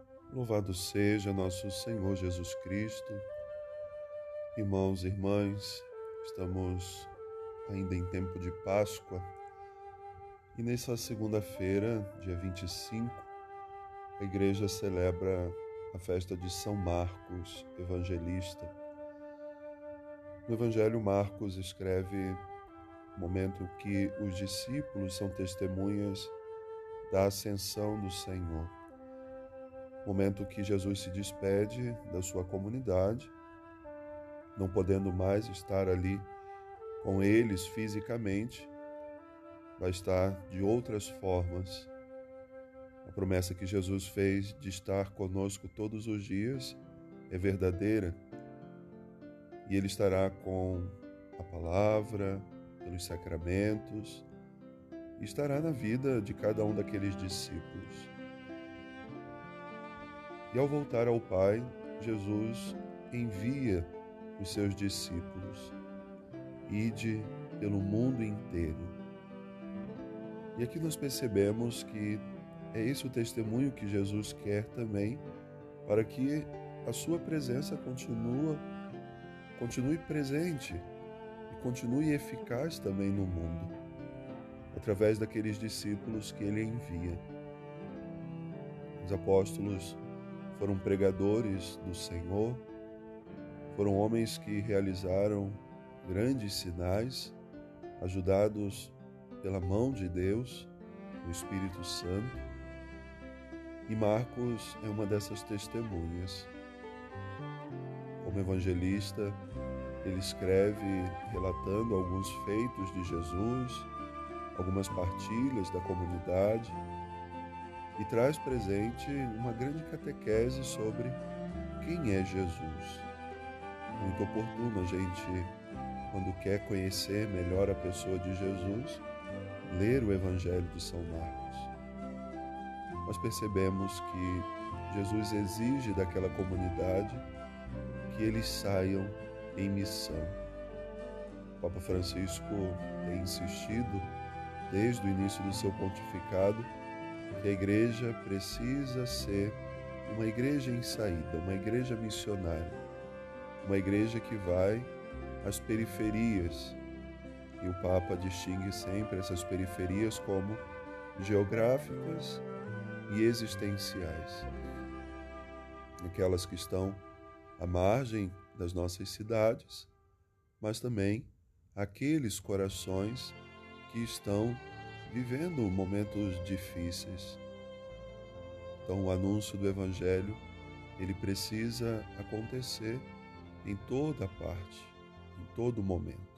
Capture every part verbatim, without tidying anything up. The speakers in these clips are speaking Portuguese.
Louvado seja nosso Senhor Jesus Cristo. Irmãos e irmãs, estamos ainda em tempo de Páscoa e nessa segunda-feira, dia vinte e cinco, a Igreja celebra a festa de São Marcos, evangelista. No Evangelho, Marcos escreve o momento que os discípulos são testemunhas da ascensão do Senhor. Momento que Jesus se despede da sua comunidade, não podendo mais estar ali com eles fisicamente, vai estar de outras formas. A promessa que Jesus fez de estar conosco todos os dias é verdadeira, e Ele estará com a palavra, pelos sacramentos, e estará na vida de cada um daqueles discípulos. E ao voltar ao Pai, Jesus envia os seus discípulos: ide pelo mundo inteiro. E aqui nós percebemos que é esse o testemunho que Jesus quer também, para que a sua presença continue, continue presente e continue eficaz também no mundo, através daqueles discípulos que Ele envia. Os apóstolos foram pregadores do Senhor, foram homens que realizaram grandes sinais, ajudados pela mão de Deus, o Espírito Santo, e Marcos é uma dessas testemunhas. Como evangelista, ele escreve relatando alguns feitos de Jesus, algumas partilhas da comunidade, e traz presente uma grande catequese sobre quem é Jesus. Muito oportuno a gente, quando quer conhecer melhor a pessoa de Jesus, ler o Evangelho de São Marcos. Nós percebemos que Jesus exige daquela comunidade que eles saiam em missão. O Papa Francisco tem insistido, desde o início do seu pontificado, que a igreja precisa ser uma igreja em saída, uma igreja missionária, uma igreja que vai às periferias. E o Papa distingue sempre essas periferias como geográficas e existenciais. Aquelas que estão à margem das nossas cidades, mas também aqueles corações que estão vivendo momentos difíceis. Então, o anúncio do Evangelho, ele precisa acontecer em toda parte, em todo momento.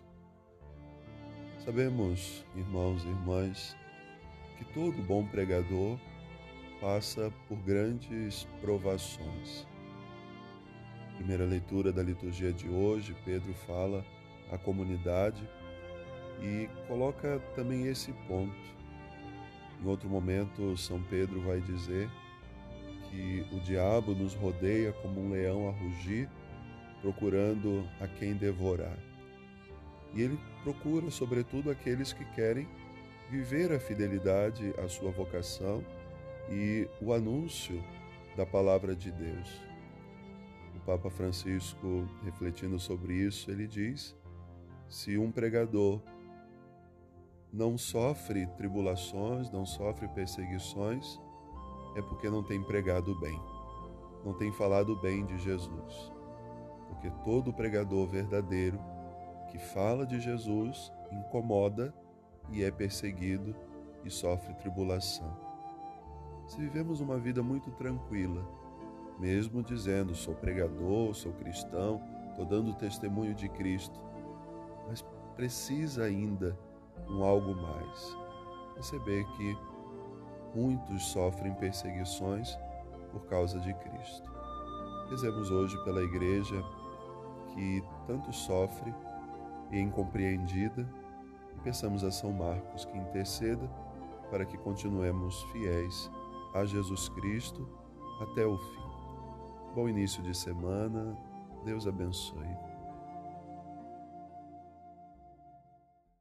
Sabemos, irmãos e irmãs, que todo bom pregador passa por grandes provações. Primeira leitura da liturgia de hoje, Pedro fala à comunidade e coloca também esse ponto. Em outro momento, São Pedro vai dizer que o diabo nos rodeia como um leão a rugir, procurando a quem devorar. E ele procura, sobretudo, aqueles que querem viver a fidelidade à sua vocação e o anúncio da palavra de Deus. O Papa Francisco, refletindo sobre isso, ele diz: se um pregador não sofre tribulações, não sofre perseguições, é porque não tem pregado bem, não tem falado bem de Jesus. Porque todo pregador verdadeiro que fala de Jesus incomoda e é perseguido e sofre tribulação. Se vivemos uma vida muito tranquila, mesmo dizendo sou pregador, sou cristão, estou dando testemunho de Cristo, mas precisa ainda um algo mais. Perceber que muitos sofrem perseguições por causa de Cristo. Rezemos hoje pela Igreja que tanto sofre e é incompreendida, e peçamos a São Marcos que interceda para que continuemos fiéis a Jesus Cristo até o fim. Bom início de semana, Deus abençoe.